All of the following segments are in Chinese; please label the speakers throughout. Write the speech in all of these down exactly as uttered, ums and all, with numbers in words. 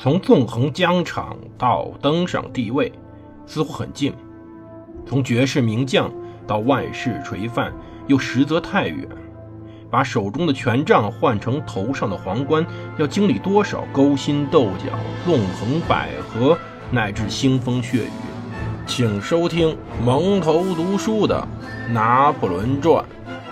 Speaker 1: 从纵横疆场到登上帝位，似乎很近；从绝世名将到万世垂范，又实则太远。把手中的权杖换成头上的皇冠，要经历多少勾心斗角、纵横捭阖，乃至腥风血雨。请收听蒙头读书的《拿破仑传》。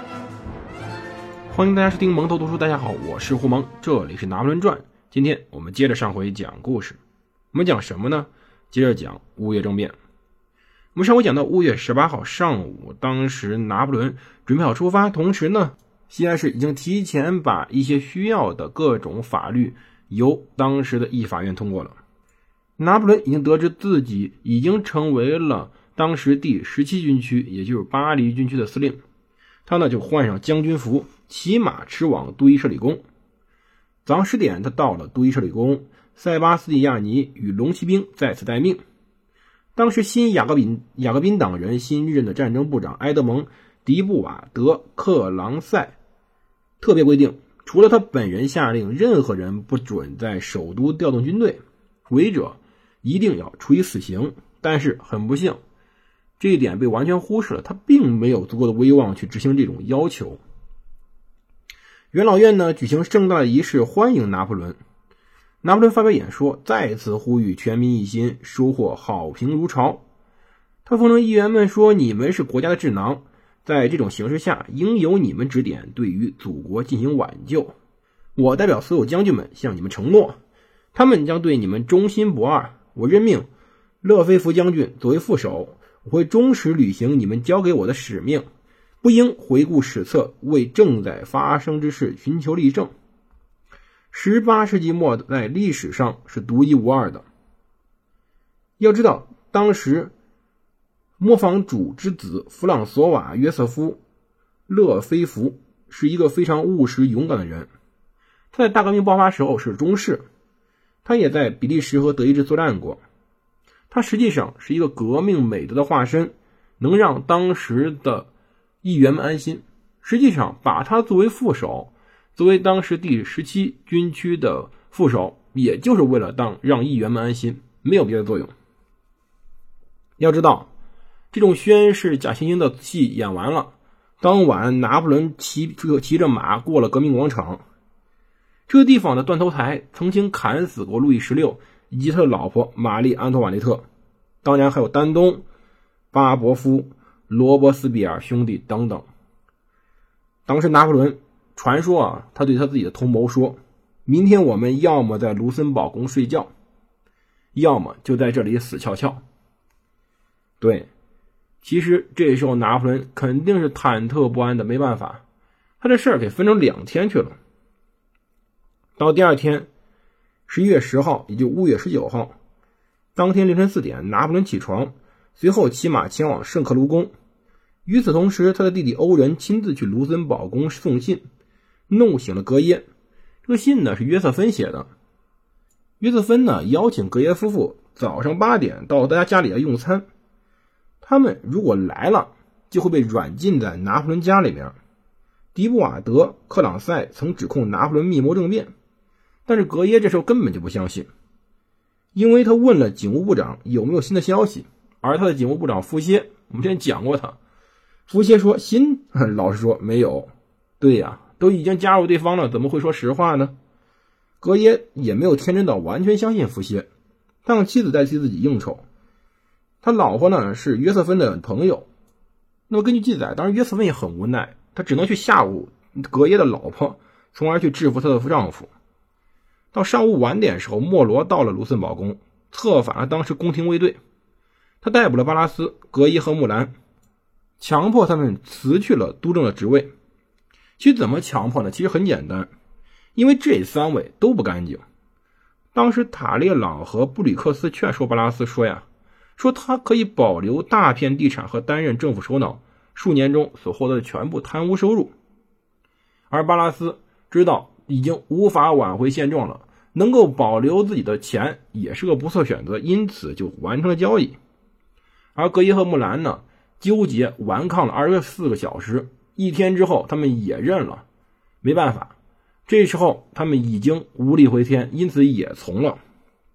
Speaker 1: 欢迎大家收听蒙头读书，大家好，我是胡蒙，这里是拿破仑传。今天我们接着上回讲故事，我们讲什么呢？接着讲乌越政变。我们上回讲到乌月十八号上午，当时拿破仑准备好出发，同时呢，西安市已经提前把一些需要的各种法律由当时的议法院通过了。拿破仑已经得知自己已经成为了当时第十七军区，也就是巴黎军区的司令。他呢就换上将军服，骑马驰往杜伊舍里宫。早上十点，他到了杜伊舍里宫，塞巴斯蒂亚尼与龙骑兵在此待命。当时新雅各宾雅各宾党人新任的战争部长埃德蒙·迪布瓦德克朗塞特别规定，除了他本人下令，任何人不准在首都调动军队，违者一定要处以死刑。但是很不幸，这一点被完全忽视了，他并没有足够的威望去执行这种要求。元老院呢举行盛大的仪式欢迎拿破仑。拿破仑发表演说，再次呼吁全民一心，收获好评如潮。他奉承议员们说，你们是国家的智囊，在这种形势下应由你们指点，对于祖国进行挽救。我代表所有将军们向你们承诺，他们将对你们忠心不二。我任命勒菲弗将军作为副手，我会忠实履行你们交给我的使命，不应回顾史册，为正在发生之事寻求例证。十八世纪末在历史上是独一无二的。要知道，当时磨坊主之子弗朗索瓦约瑟夫勒菲弗是一个非常务实勇敢的人。他在大革命爆发时候是中士，他也在比利时和德意志作战过。他实际上是一个革命美德的化身，能让当时的议员们安心。实际上把他作为副手，作为当时第十七军区的副手，也就是为了当让议员们安心，没有别的作用。要知道，这种宣誓假惺惺的戏演完了，当晚拿破仑骑骑着马过了革命广场。这个地方的断头台曾经砍死过路易十六以及他的老婆玛丽安托瓦内特，当然还有丹东、巴伯夫、罗伯斯比尔兄弟等等。当时拿破仑传说啊，他对他自己的同谋说，明天我们要么在卢森堡宫睡觉，要么就在这里死翘翘。对，其实这时候拿破仑肯定是忐忑不安的，没办法，他这事儿给分成两天去了。到第二天十一月十号，也就乌月十九号，当天凌晨四点，拿破仑起床，随后骑马前往圣克卢宫。与此同时，他的弟弟欧仁亲自去卢森堡宫送信，弄醒了格耶。这个信呢是约瑟芬写的。约瑟芬呢邀请格耶夫妇早上八点到大家家里来用餐，他们如果来了就会被软禁在拿破仑家里面。迪布瓦德克朗塞曾指控拿破仑密谋政变，但是格耶这时候根本就不相信，因为他问了警务部长有没有新的消息，而他的警务部长福歇，我们之前讲过他，福歇说新，老实说没有。对呀，都已经加入对方了，怎么会说实话呢？格耶也没有天真到完全相信福歇，他让妻子代替自己应酬。他老婆呢是约瑟芬的朋友，那么根据记载，当然约瑟芬也很无奈，他只能去吓唬格耶的老婆，从而去制服她的丈夫。到上午晚点时候，莫罗到了卢森堡宫，策反了当时宫廷卫队。他逮捕了巴拉斯、格耶和木兰，强迫他们辞去了督政的职位。其实怎么强迫呢？其实很简单，因为这三位都不干净。当时塔列朗和布吕克斯劝说巴拉斯说呀，说他可以保留大片地产和担任政府首脑，数年中所获得的全部贪污收入。而巴拉斯知道已经无法挽回现状了，能够保留自己的钱也是个不错选择，因此就完成了交易。而格耶和木兰呢，纠结顽抗了二十四个小时，一天之后他们也认了，没办法，这时候他们已经无力回天，因此也从了。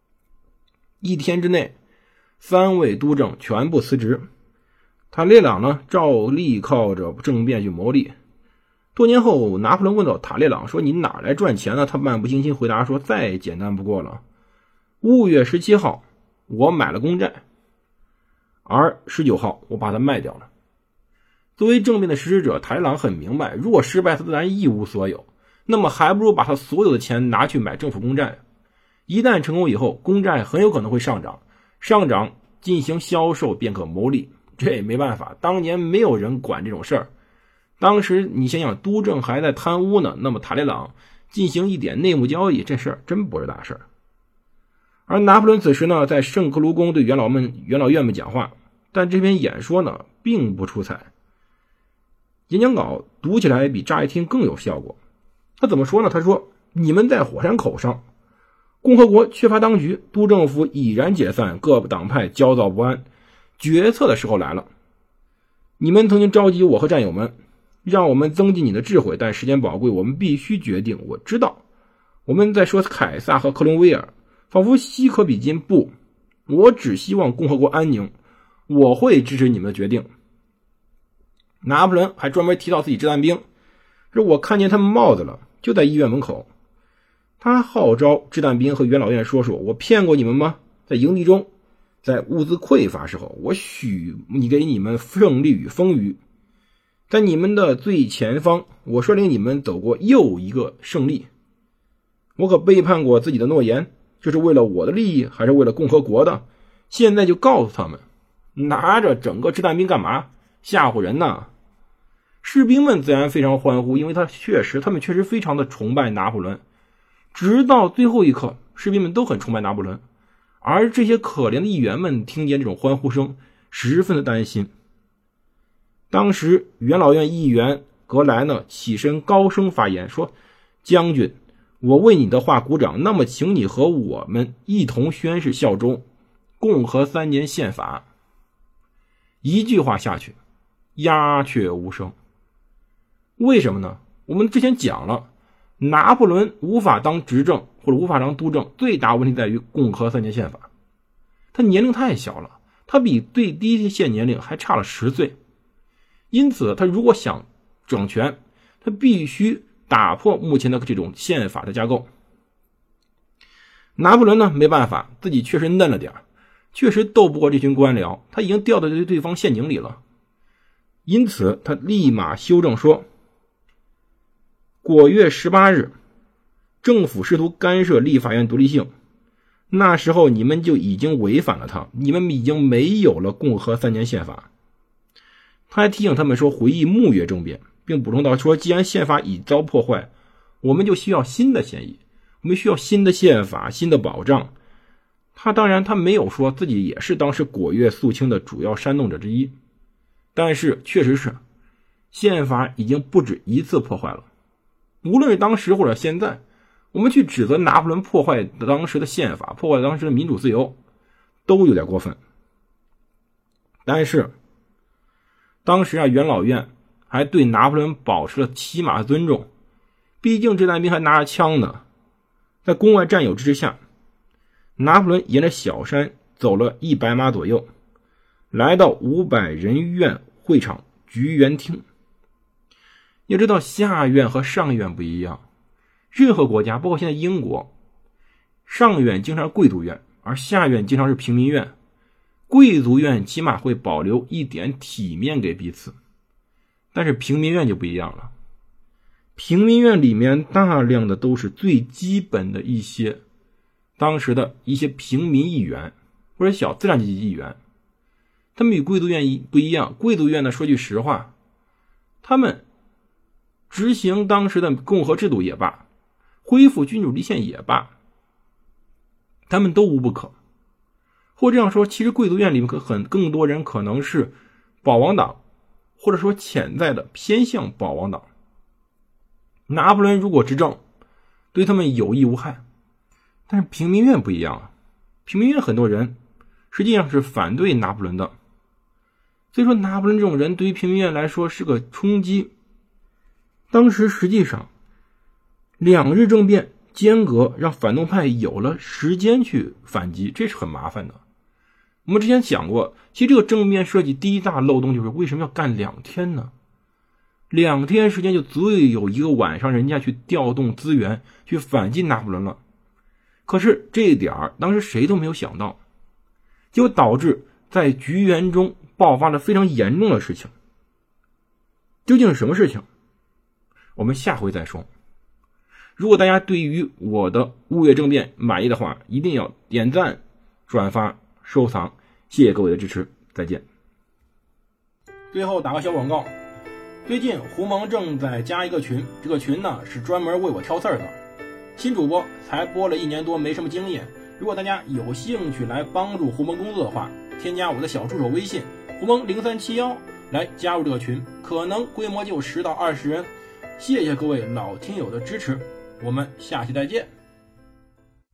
Speaker 1: 一天之内，三位督政全部辞职。塔列朗呢，照例靠着政变去谋利。多年后，拿破仑问到塔列朗说：“你哪来赚钱呢？”他漫不经心回答说：“再简单不过了。五月十七号，我买了公债，而十九号我把它卖掉了。”作为政变的实施者，塔列朗很明白，若失败，他自然一无所有，那么还不如把他所有的钱拿去买政府公债。一旦成功以后，公债很有可能会上涨，上涨进行销售便可牟利。这也没办法，当年没有人管这种事儿。当时你想想，督政还在贪污呢，那么塔列朗进行一点内幕交易，这事儿真不是大事儿。而拿破仑此时呢，在圣克卢宫对元老们、元老院们讲话，但这篇演说呢，并不出彩。演讲稿读起来比乍一听更有效果。他怎么说呢？他说：“你们在火山口上，共和国缺乏当局，督政府已然解散，各党派焦躁不安，决策的时候来了。你们曾经召集我和战友们，让我们增进你的智慧，但时间宝贵，我们必须决定。我知道我们在说凯撒和克伦威尔，仿佛稀可比金。不，我只希望共和国安宁，我会支持你们的决定。”拿破仑还专门提到自己掷弹兵，说我看见他们帽子了，就在医院门口。他号召掷弹兵和元老院说说：“我骗过你们吗？在营地中，在物资匮乏时候，我许你给你们胜利与丰腴。在你们的最前方，我率领你们走过又一个胜利。我可背叛过自己的诺言，这是为了我的利益，还是为了共和国的？现在就告诉他们，拿着整个掷弹兵干嘛？吓唬人呢？”士兵们自然非常欢呼，因为他确实，他们确实非常的崇拜拿破仑。直到最后一刻，士兵们都很崇拜拿破仑，而这些可怜的议员们听见这种欢呼声，十分的担心。当时元老院议员格莱呢起身高声发言说：“将军，我为你的话鼓掌，那么请你和我们一同宣誓效忠共和三年宪法。”一句话下去，鸦雀无声。为什么呢？我们之前讲了，拿破仑无法当执政或者无法当督政，最大问题在于共和三年宪法。他年龄太小了，他比最低限年龄还差了十岁。因此他如果想掌权，他必须打破目前的这种宪法的架构。拿破仑呢，没办法，自己确实嫩了点，确实斗不过这群官僚，他已经掉到对方陷阱里了。因此他立马修正说：“果月十八日，政府试图干涉立法院独立性，那时候你们就已经违反了它，你们已经没有了共和三年宪法。”他还提醒他们说，回忆牧月政变，并补充到说，既然宪法已遭破坏，我们就需要新的协议，我们需要新的宪法，新的保障。他当然他没有说自己也是当时果月肃清的主要煽动者之一，但是确实是宪法已经不止一次破坏了。无论是当时或者现在，我们去指责拿破仑破坏当时的宪法，破坏当时的民主自由，都有点过分。但是当时啊，元老院还对拿破仑保持了起码的尊重，毕竟掷弹兵还拿着枪呢。在宫外战友支持下，拿破仑沿着小山走了一百码左右，来到五百人院会场菊园厅。要知道下院和上院不一样，任何国家包括现在英国，上院经常是贵族院，而下院经常是平民院。贵族院起码会保留一点体面给彼此，但是平民院就不一样了。平民院里面大量的都是最基本的一些当时的一些平民议员或者小资产阶级议员，他们与贵族院不一样。贵族院呢，说句实话，他们执行当时的共和制度也罢，恢复君主立宪也罢，他们都无不可。或这样说，其实贵族院里面可很更多人可能是保王党，或者说潜在的偏向保王党。拿破仑如果执政，对他们有益无害。但是平民院不一样啊，平民院很多人实际上是反对拿破仑的，所以说拿破仑这种人对于平民院来说是个冲击。当时实际上两日政变间隔让反动派有了时间去反击，这是很麻烦的。我们之前讲过，其实这个政变设计第一大漏洞就是为什么要干两天呢？两天时间就足以有一个晚上人家去调动资源去反击拿破仑了。可是这一点当时谁都没有想到，就导致在菊园中爆发了非常严重的事情。究竟是什么事情？我们下回再说。如果大家对于我的雾月政变满意的话，一定要点赞、转发、收藏，谢谢各位的支持，再见。最后打个小广告，最近胡蒙正在加一个群，这个群呢是专门为我挑刺儿的。新主播才播了一年多，没什么经验，如果大家有兴趣来帮助胡蒙工作的话，添加我的小助手微信胡蒙零三七一来加入这个群，可能规模就十到二十人。谢谢各位老听友的支持，我们下期再见。